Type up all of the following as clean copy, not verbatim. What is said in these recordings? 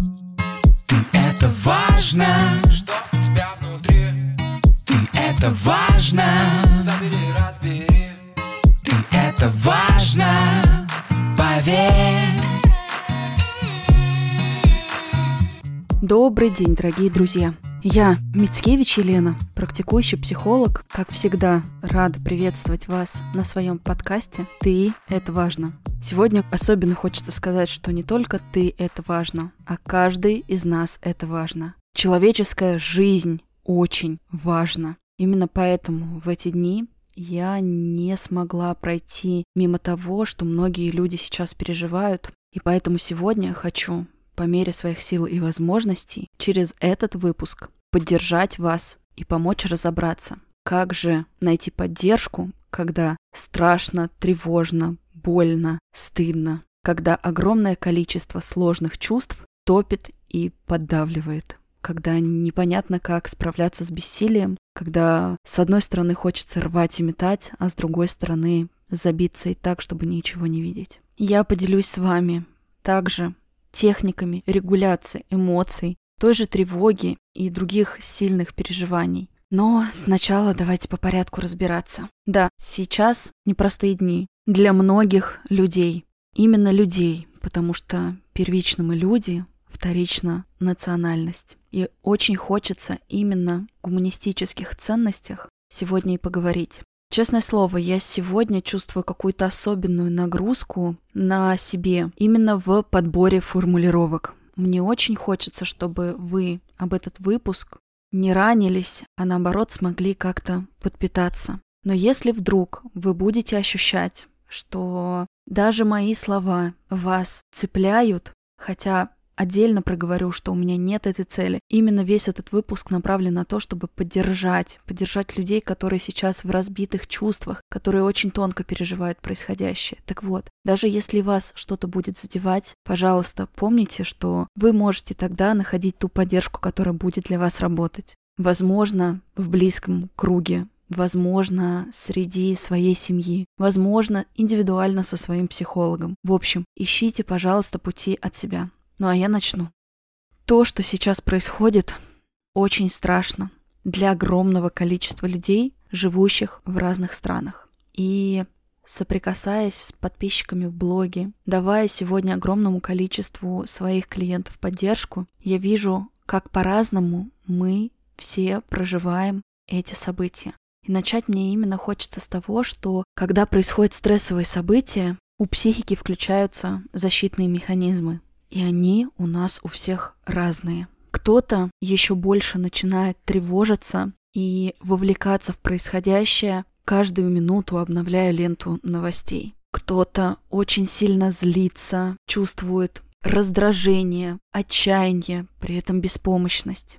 Ты — это важно, что у тебя внутри. ты — это важно, Забери, разбери. ты — это важно, поверь. Добрый день, дорогие друзья! Я, Мицкевич Елена, практикующий психолог, как всегда, рада приветствовать вас на своем подкасте «Ты – это важно». Сегодня особенно хочется сказать, что не только ты – это важно, а каждый из нас – это важно. Человеческая жизнь очень важна. Именно поэтому в эти дни я не смогла пройти мимо того, что многие люди сейчас переживают, и поэтому сегодня хочу по мере своих сил и возможностей через этот выпуск поддержать вас и помочь разобраться, как же найти поддержку, когда страшно, тревожно, больно, стыдно, когда огромное количество сложных чувств топит и поддавливает, когда непонятно, как справляться с бессилием, когда с одной стороны хочется рвать и метать, а с другой стороны забиться и так, чтобы ничего не видеть. Я поделюсь с вами также техниками регуляции эмоций, той же тревоги и других сильных переживаний. Но сначала давайте по порядку разбираться. Да, сейчас непростые дни для многих людей. Именно людей, потому что первично мы люди, вторично национальность. И очень хочется именно о гуманистических ценностях сегодня и поговорить. Честное слово, я сегодня чувствую какую-то особенную нагрузку на себе именно в подборе формулировок. Мне очень хочется, чтобы вы об этот выпуск не ранились, а наоборот смогли как-то подпитаться. Но если вдруг вы будете ощущать, что даже мои слова вас цепляют, хотя отдельно проговорю, что у меня нет этой цели. Именно весь этот выпуск направлен на то, чтобы поддержать людей, которые сейчас в разбитых чувствах, которые очень тонко переживают происходящее. Так вот, даже если вас что-то будет задевать, пожалуйста, помните, что вы можете тогда находить ту поддержку, которая будет для вас работать. Возможно, в близком круге, возможно, среди своей семьи, возможно, индивидуально со своим психологом. В общем, ищите, пожалуйста, пути от себя. Ну а я начну. То, что сейчас происходит, очень страшно для огромного количества людей, живущих в разных странах. И соприкасаясь с подписчиками в блоге, давая сегодня огромному количеству своих клиентов поддержку, я вижу, как по-разному мы все проживаем эти события. И начать мне именно хочется с того, что когда происходят стрессовые события, у психики включаются защитные механизмы. И они у нас у всех разные. Кто-то еще больше начинает тревожиться и вовлекаться в происходящее, каждую минуту обновляя ленту новостей. Кто-то очень сильно злится, чувствует раздражение, отчаяние, при этом беспомощность.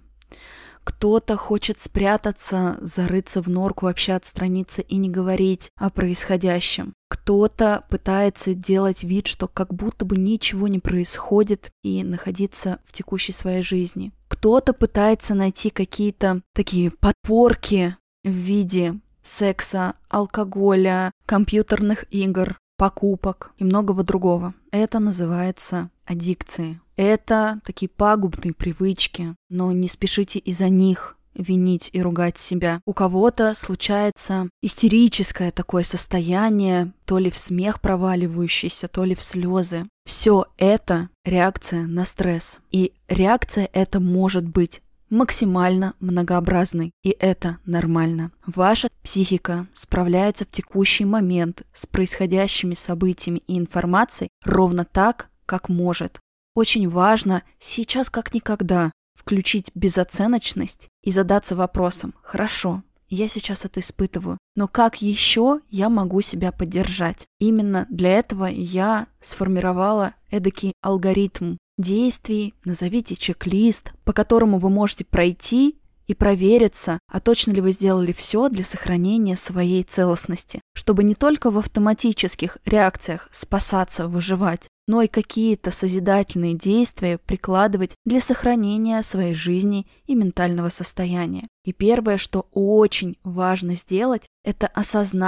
Кто-то хочет спрятаться, зарыться в норку, вообще отстраниться и не говорить о происходящем. Кто-то пытается делать вид, что как будто бы ничего не происходит и находиться в текущей своей жизни. Кто-то пытается найти какие-то такие подпорки в виде секса, алкоголя, компьютерных игр, покупок и многого другого. Это называется аддикцией. Это такие пагубные привычки, но не спешите из-за них винить и ругать себя. У кого-то случается истерическое такое состояние, то ли в смех проваливающийся, то ли в слезы. Все это реакция на стресс. И реакция эта может быть максимально многообразной, и это нормально. Ваша психика справляется в текущий момент с происходящими событиями и информацией ровно так, как может. Очень важно сейчас как никогда включить безоценочность и задаться вопросом: хорошо, я сейчас это испытываю, но как еще я могу себя поддержать? Именно для этого я сформировала эдакий алгоритм действий, назовите чек-лист, по которому вы можете пройти и провериться, а точно ли вы сделали все для сохранения своей целостности, чтобы не только в автоматических реакциях спасаться, выживать, но и какие-то созидательные действия прикладывать для сохранения своей жизни и ментального состояния. И первое, что очень важно сделать, это осознать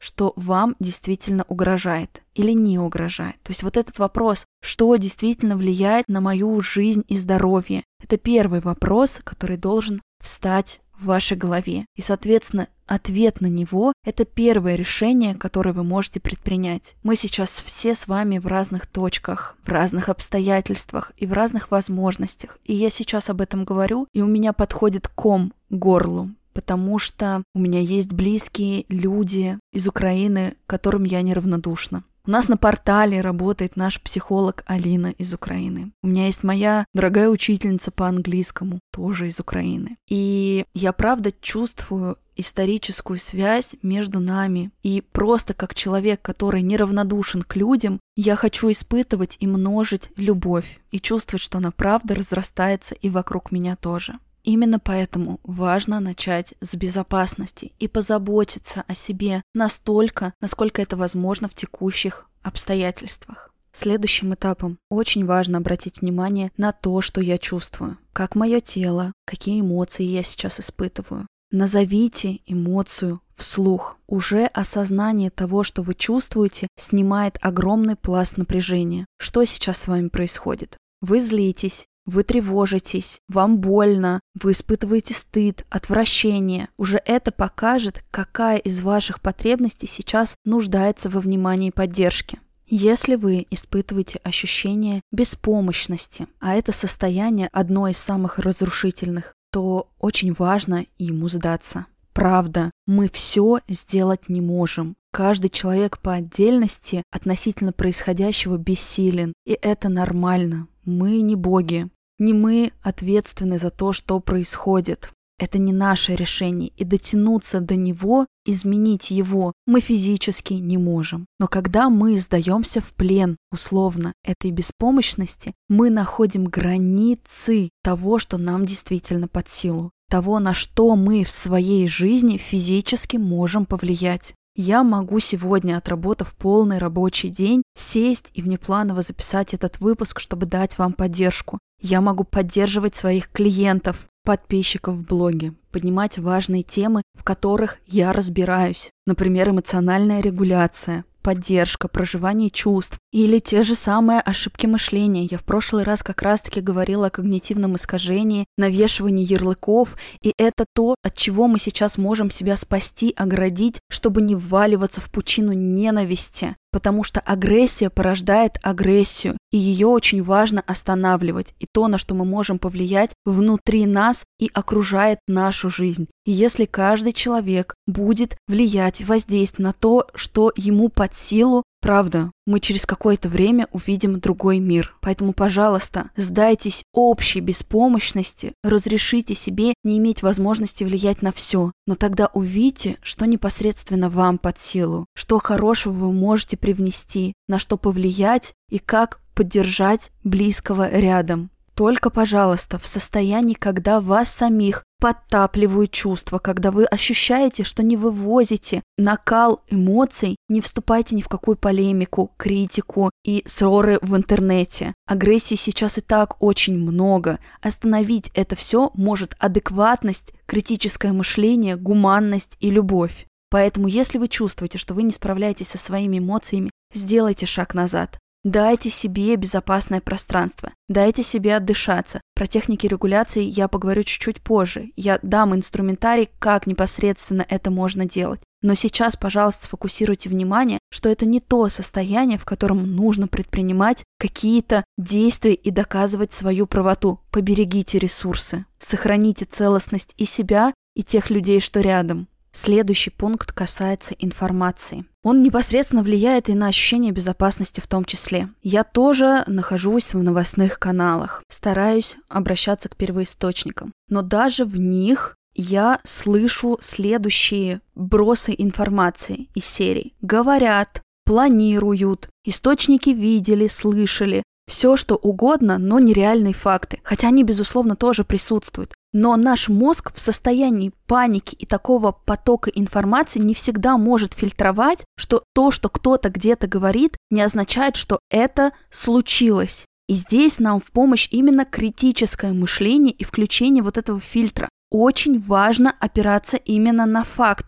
что вам действительно угрожает или не угрожает. То есть вот этот вопрос, что действительно влияет на мою жизнь и здоровье, это первый вопрос, который должен встать в вашей голове. И, соответственно, ответ на него – это первое решение, которое вы можете предпринять. Мы сейчас все с вами в разных точках, в разных обстоятельствах и в разных возможностях. И я сейчас об этом говорю, и у меня подходит ком к горлу, потому что у меня есть близкие люди из Украины, которым я неравнодушна. У нас на портале работает наш психолог Алина из Украины. У меня есть моя дорогая учительница по английскому, тоже из Украины. И я правда чувствую историческую связь между нами. И просто как человек, который неравнодушен к людям, я хочу испытывать и множить любовь, и чувствовать, что она правда разрастается и вокруг меня тоже. Именно поэтому важно начать с безопасности и позаботиться о себе настолько, насколько это возможно в текущих обстоятельствах. Следующим этапом очень важно обратить внимание на то, что я чувствую, как мое тело, какие эмоции я сейчас испытываю. Назовите эмоцию вслух. Уже осознание того, что вы чувствуете, снимает огромный пласт напряжения. Что сейчас с вами происходит? Вы злитесь. Вы тревожитесь, вам больно, вы испытываете стыд, отвращение. Уже это покажет, какая из ваших потребностей сейчас нуждается во внимании и поддержке. Если вы испытываете ощущение беспомощности, а это состояние одно из самых разрушительных, то очень важно ему сдаться. Правда, мы все сделать не можем. Каждый человек по отдельности относительно происходящего бессилен, и это нормально. Мы не боги, не мы ответственны за то, что происходит. Это не наше решение, и дотянуться до него, изменить его мы физически не можем. Но когда мы сдаемся в плен, условно, этой беспомощности, мы находим границы того, что нам действительно под силу, того, на что мы в своей жизни физически можем повлиять. Я могу сегодня, отработав полный рабочий день, сесть и внепланово записать этот выпуск, чтобы дать вам поддержку. Я могу поддерживать своих клиентов, подписчиков в блоге, поднимать важные темы, в которых я разбираюсь. Например, эмоциональная регуляция, поддержка, проживание чувств или те же самые ошибки мышления. Я в прошлый раз как раз-таки говорила о когнитивном искажении, навешивании ярлыков, и это то, от чего мы сейчас можем себя спасти, оградить, чтобы не вваливаться в пучину ненависти. Потому что агрессия порождает агрессию, и ее очень важно останавливать. И то, на что мы можем повлиять внутри нас и окружает нашу жизнь. И если каждый человек будет влиять, воздействовать на то, что ему под силу, правда, мы через какое-то время увидим другой мир. Поэтому, пожалуйста, сдайтесь общей беспомощности, разрешите себе не иметь возможности влиять на все. Но тогда увидите, что непосредственно вам под силу, что хорошего вы можете привнести, на что повлиять и как поддержать близкого рядом. Только, пожалуйста, в состоянии, когда вас самих подтапливают чувства, когда вы ощущаете, что не вывозите накал эмоций, не вступайте ни в какую полемику, критику и ссоры в интернете. Агрессии сейчас и так очень много. Остановить это все может адекватность, критическое мышление, гуманность и любовь. Поэтому, если вы чувствуете, что вы не справляетесь со своими эмоциями, сделайте шаг назад. Дайте себе безопасное пространство, дайте себе отдышаться. Про техники регуляции я поговорю чуть-чуть позже. Я дам инструментарий, как непосредственно это можно делать. Но сейчас, пожалуйста, сфокусируйте внимание, что это не то состояние, в котором нужно предпринимать какие-то действия и доказывать свою правоту. Поберегите ресурсы, сохраните целостность и себя, и тех людей, что рядом. Следующий пункт касается информации. Он непосредственно влияет и на ощущение безопасности в том числе. Я тоже нахожусь в новостных каналах, стараюсь обращаться к первоисточникам, но даже в них я слышу следующие бросы информации из серии. Говорят, планируют, источники видели, слышали. Все, что угодно, но нереальные факты. Хотя они, безусловно, тоже присутствуют. Но наш мозг в состоянии паники и такого потока информации не всегда может фильтровать, что то, что кто-то где-то говорит, не означает, что это случилось. И здесь нам в помощь именно критическое мышление и включение вот этого фильтра. Очень важно опираться именно на факты.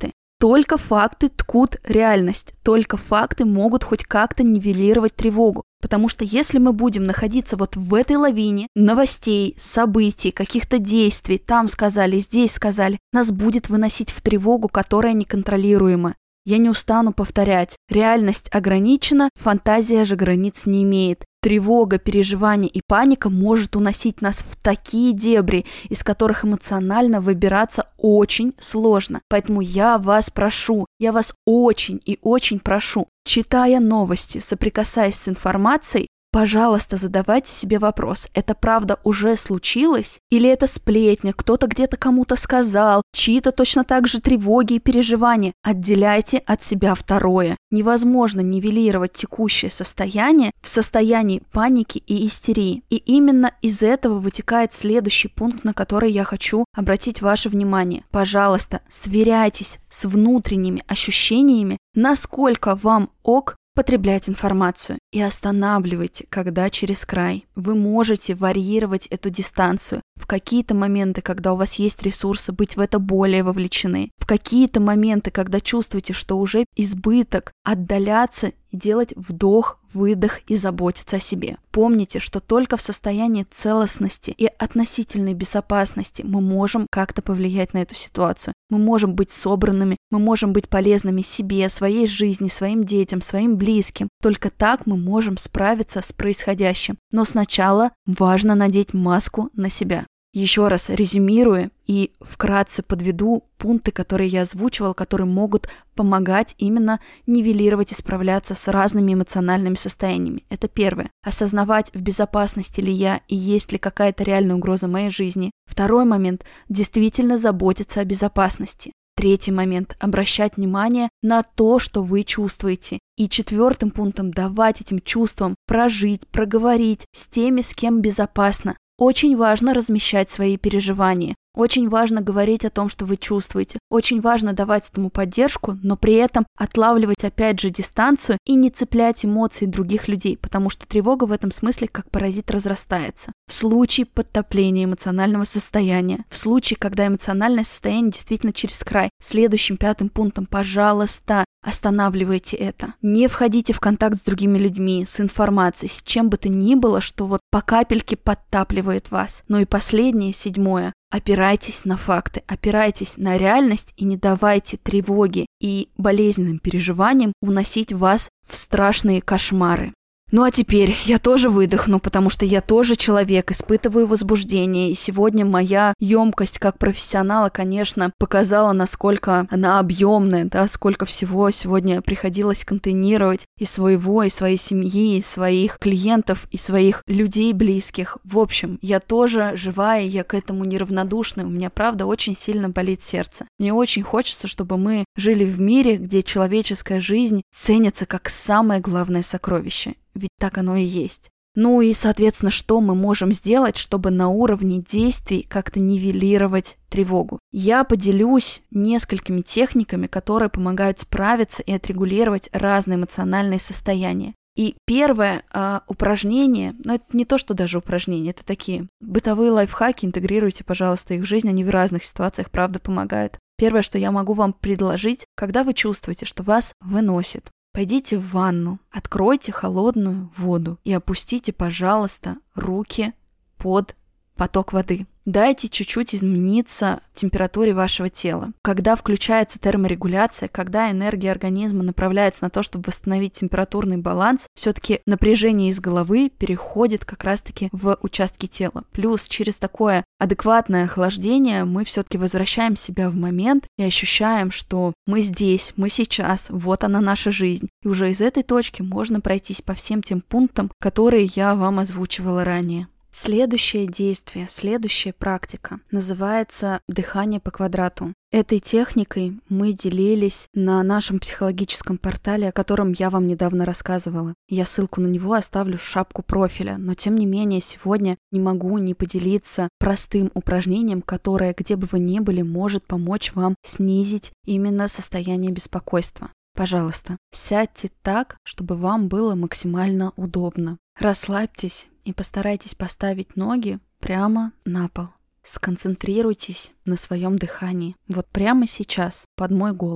Только факты ткут реальность, только факты могут хоть как-то нивелировать тревогу. Потому что если мы будем находиться вот в этой лавине новостей, событий, каких-то действий, там сказали, здесь сказали, нас будет выносить в тревогу, которая неконтролируема. Я не устану повторять, реальность ограничена, фантазия же границ не имеет. Тревога, переживание и паника может уносить нас в такие дебри, из которых эмоционально выбираться очень сложно. Поэтому я вас прошу, я вас очень и очень прошу, читая новости, соприкасаясь с информацией, пожалуйста, задавайте себе вопрос, это правда уже случилось? Или это сплетня, кто-то где-то кому-то сказал, чьи-то точно так же тревоги и переживания? Отделяйте от себя второе. Невозможно нивелировать текущее состояние в состоянии паники и истерии. И именно из этого вытекает следующий пункт, на который я хочу обратить ваше внимание. Пожалуйста, сверяйтесь с внутренними ощущениями, насколько вам ок потреблять информацию и останавливайте, когда через край. Вы можете варьировать эту дистанцию. В какие-то моменты, когда у вас есть ресурсы, быть в это более вовлечены. В какие-то моменты, когда чувствуете, что уже избыток, отдаляться и делать вдох, выдох и заботиться о себе. Помните, что только в состоянии целостности и относительной безопасности мы можем как-то повлиять на эту ситуацию. Мы можем быть собранными, мы можем быть полезными себе, своей жизни, своим детям, своим близким. Только так мы можем справиться с происходящим. Но сначала важно надеть маску на себя. Еще раз резюмируя и вкратце подведу пункты, которые я озвучивала, которые могут помогать именно нивелировать и справляться с разными эмоциональными состояниями. Это первое. Осознавать, в безопасности ли я и есть ли какая-то реальная угроза моей жизни. Второй момент. Действительно заботиться о безопасности. Третий момент. Обращать внимание на то, что вы чувствуете. И четвертым пунктом. Давать этим чувствам прожить, проговорить с теми, с кем безопасно. Очень важно размещать свои переживания. Очень важно говорить о том, что вы чувствуете. Очень важно давать этому поддержку, но при этом отлавливать опять же дистанцию и не цеплять эмоции других людей, потому что тревога в этом смысле как паразит разрастается. В случае подтопления эмоционального состояния, в случае, когда эмоциональное состояние действительно через край, следующим пятым пунктом, пожалуйста, останавливайте это. Не входите в контакт с другими людьми, с информацией, с чем бы то ни было, что вот по капельке подтапливает вас. Ну и последнее, седьмое. Опирайтесь на факты, опирайтесь на реальность и не давайте тревоге и болезненным переживаниям уносить вас в страшные кошмары. Ну а теперь я тоже выдохну, потому что я тоже человек, испытываю возбуждение, и сегодня моя емкость как профессионала, конечно, показала, насколько она объемная, да, сколько всего сегодня приходилось контейнировать и своего, и своей семьи, и своих клиентов, и своих людей близких. В общем, я тоже живая, я к этому неравнодушна, у меня, правда, очень сильно болит сердце. Мне очень хочется, чтобы мы жили в мире, где человеческая жизнь ценится как самое главное сокровище. Ведь так оно и есть. Ну и, соответственно, что мы можем сделать, чтобы на уровне действий как-то нивелировать тревогу? Я поделюсь несколькими техниками, которые помогают справиться и отрегулировать разные эмоциональные состояния. И первое упражнение, но это не то, что даже упражнения, это такие бытовые лайфхаки, интегрируйте, пожалуйста, их в жизнь, они в разных ситуациях, правда, помогают. Первое, что я могу вам предложить, когда вы чувствуете, что вас выносит, пойдите в ванну, откройте холодную воду и опустите, пожалуйста, руки под поток воды. Дайте чуть-чуть измениться температуре вашего тела. Когда включается терморегуляция, когда энергия организма направляется на то, чтобы восстановить температурный баланс, все-таки напряжение из головы переходит как раз-таки в участки тела. Плюс через такое адекватное охлаждение мы все-таки возвращаем себя в момент и ощущаем, что мы здесь, мы сейчас, вот она наша жизнь. И уже из этой точки можно пройтись по всем тем пунктам, которые я вам озвучивала ранее. Следующее действие, следующая практика называется дыхание по квадрату. Этой техникой мы делились на нашем психологическом портале, о котором я вам недавно рассказывала. Я ссылку на него оставлю в шапку профиля, но тем не менее сегодня не могу не поделиться простым упражнением, которое, где бы вы ни были, может помочь вам снизить именно состояние беспокойства. Пожалуйста, сядьте так, чтобы вам было максимально удобно. Расслабьтесь и постарайтесь поставить ноги прямо на пол. Сконцентрируйтесь на своем дыхании. Вот прямо сейчас, под мой голос.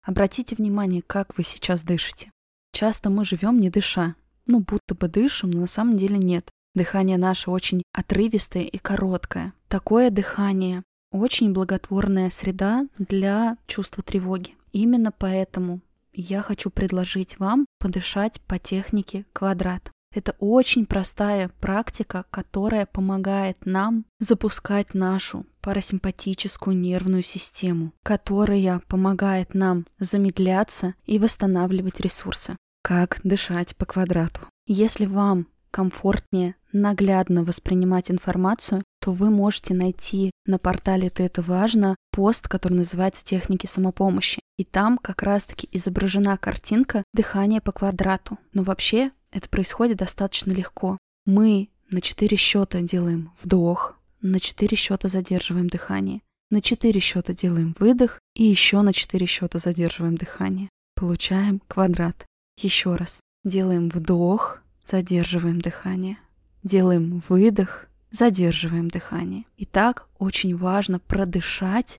Обратите внимание, как вы сейчас дышите. Часто мы живем не дыша. Будто бы дышим, но на самом деле нет. Дыхание наше очень отрывистое и короткое. Такое дыхание — очень благотворная среда для чувства тревоги. Именно поэтому я хочу предложить вам подышать по технике квадрат. Это очень простая практика, которая помогает нам запускать нашу парасимпатическую нервную систему, которая помогает нам замедляться и восстанавливать ресурсы. Как дышать по квадрату? Если вам комфортнее наглядно воспринимать информацию, то вы можете найти на портале «Ты это важно» пост, который называется «Техники самопомощи». И там как раз-таки изображена картинка дыхания по квадрату. Но вообще это происходит достаточно легко. Мы на 4 счета делаем вдох, на 4 счета задерживаем дыхание, на 4 счета делаем выдох и еще на 4 счета задерживаем дыхание. Получаем квадрат. Еще раз. Делаем вдох, задерживаем дыхание. Делаем выдох, задерживаем дыхание. И так очень важно продышать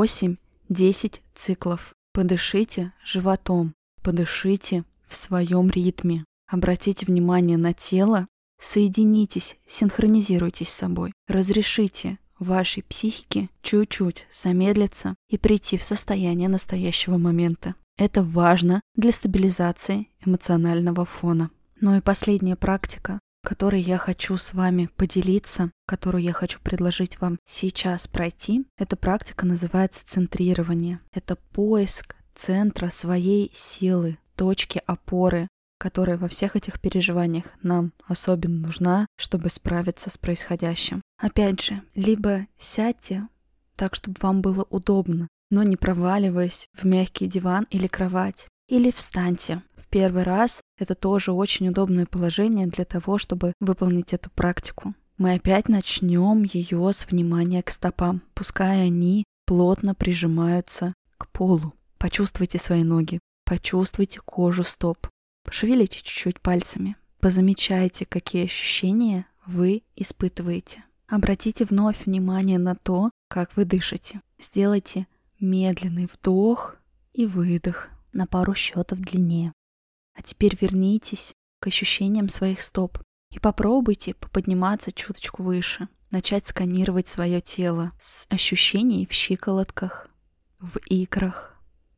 8-10 циклов. Подышите животом, подышите в своем ритме. Обратите внимание на тело, соединитесь, синхронизируйтесь с собой. Разрешите вашей психике чуть-чуть замедлиться и прийти в состояние настоящего момента. Это важно для стабилизации эмоционального фона. Ну и последняя практика, которой я хочу с вами поделиться, которую я хочу предложить вам сейчас пройти, эта практика называется центрирование. Это поиск центра своей силы, точки опоры, которая во всех этих переживаниях нам особенно нужна, чтобы справиться с происходящим. Опять же, либо сядьте так, чтобы вам было удобно, но не проваливаясь в мягкий диван или кровать. Или встаньте. В первый раз это тоже очень удобное положение для того, чтобы выполнить эту практику. Мы опять начнем ее с внимания к стопам, пускай они плотно прижимаются к полу. Почувствуйте свои ноги, почувствуйте кожу стоп. Пошевелите чуть-чуть пальцами. Позамечайте, какие ощущения вы испытываете. Обратите вновь внимание на то, как вы дышите. Сделайте медленный вдох и выдох на пару счетов длиннее. А теперь вернитесь к ощущениям своих стоп и попробуйте поподниматься чуточку выше, начать сканировать свое тело с ощущений в щиколотках, в икрах,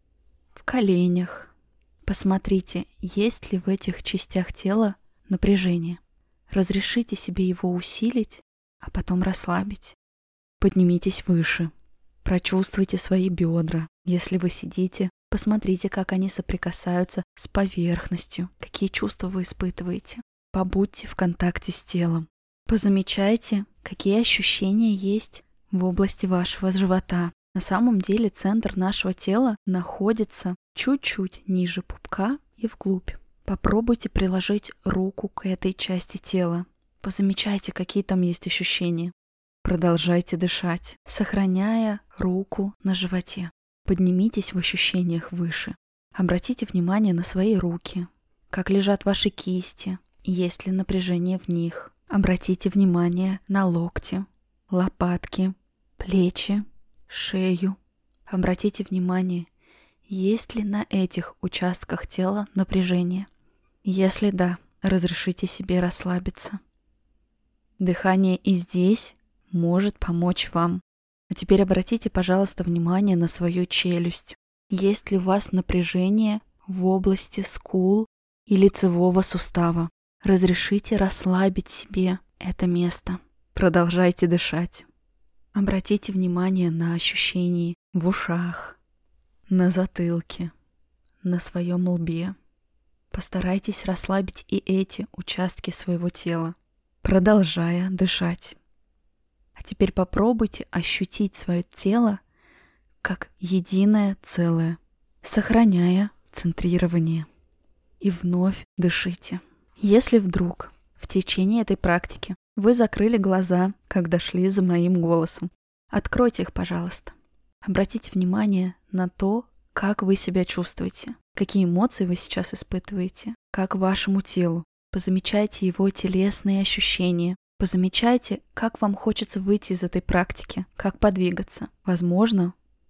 в коленях. Посмотрите, есть ли в этих частях тела напряжение. Разрешите себе его усилить, а потом расслабить. Поднимитесь выше. Прочувствуйте свои бедра. Если вы сидите, посмотрите, как они соприкасаются с поверхностью, какие чувства вы испытываете. Побудьте в контакте с телом. Позамечайте, какие ощущения есть в области вашего живота. На самом деле центр нашего тела находится чуть-чуть ниже пупка и вглубь. Попробуйте приложить руку к этой части тела. Позамечайте, какие там есть ощущения. Продолжайте дышать, сохраняя руку на животе. Поднимитесь в ощущениях выше. Обратите внимание на свои руки, как лежат ваши кисти, есть ли напряжение в них. Обратите внимание на локти, лопатки, плечи, шею. Обратите внимание, есть ли на этих участках тела напряжение. Если да, разрешите себе расслабиться. Дыхание и здесь может помочь вам. А теперь обратите, пожалуйста, внимание на свою челюсть. Есть ли у вас напряжение в области скул и лицевого сустава? Разрешите расслабить себе это место. Продолжайте дышать. Обратите внимание на ощущения в ушах, на затылке, на своем лбе. Постарайтесь расслабить и эти участки своего тела, продолжая дышать. А теперь попробуйте ощутить свое тело как единое целое, сохраняя центрирование. И вновь дышите. Если вдруг в течение этой практики вы закрыли глаза, когда шли за моим голосом, откройте их, пожалуйста. Обратите внимание на то, как вы себя чувствуете, какие эмоции вы сейчас испытываете, как вашему телу. Позамечайте его телесные ощущения. Позамечайте, как вам хочется выйти из этой практики, как подвигаться. Возможно,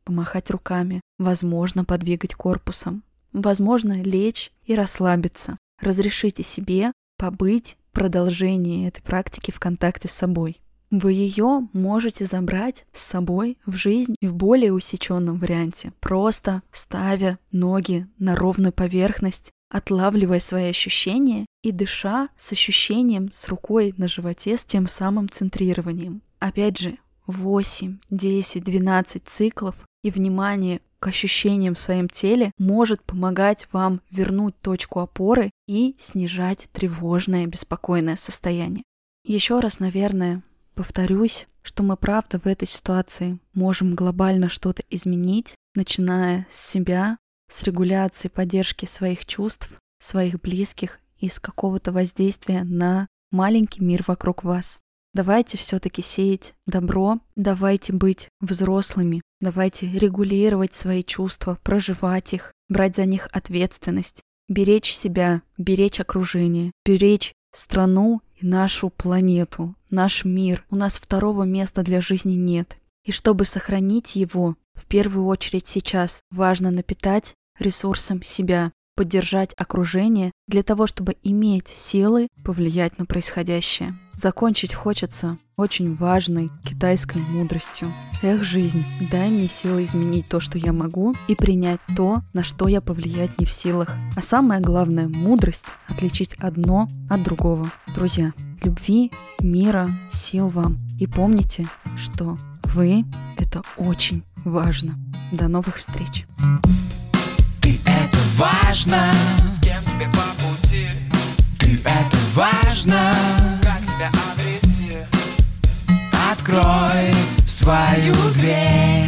помахать руками, возможно подвигать корпусом, возможно лечь и расслабиться. Разрешите себе побыть продолжением этой практики в контакте с собой. Вы ее можете забрать с собой в жизнь и в более усеченном варианте, просто ставя ноги на ровную поверхность, отлавливая свои ощущения и дыша с ощущением с рукой на животе с тем самым центрированием. Опять же, 8, 10, 12 циклов и внимание к ощущениям в своем теле может помогать вам вернуть точку опоры и снижать тревожное, беспокойное состояние. Еще раз, наверное, повторюсь, что мы правда в этой ситуации можем глобально что-то изменить, начиная с себя, с регуляции поддержки своих чувств, своих близких и с какого-то воздействия на маленький мир вокруг вас. Давайте все-таки сеять добро, давайте быть взрослыми, давайте регулировать свои чувства, проживать их, брать за них ответственность, беречь себя, беречь окружение, беречь страну и нашу планету, наш мир. У нас второго места для жизни нет. И чтобы сохранить его, в первую очередь сейчас важно напитать ресурсом себя, поддержать окружение для того, чтобы иметь силы повлиять на происходящее. Закончить хочется очень важной китайской мудростью. Эх, жизнь, дай мне силы изменить то, что я могу, и принять то, на что я повлиять не в силах. А самое главное, мудрость — отличить одно от другого. Друзья, любви, мира, сил вам. И помните, что вы — это очень важно. До новых встреч! Ты это важно, С кем тебе по пути, ты это важно. как себя обрести. Открой свою дверь.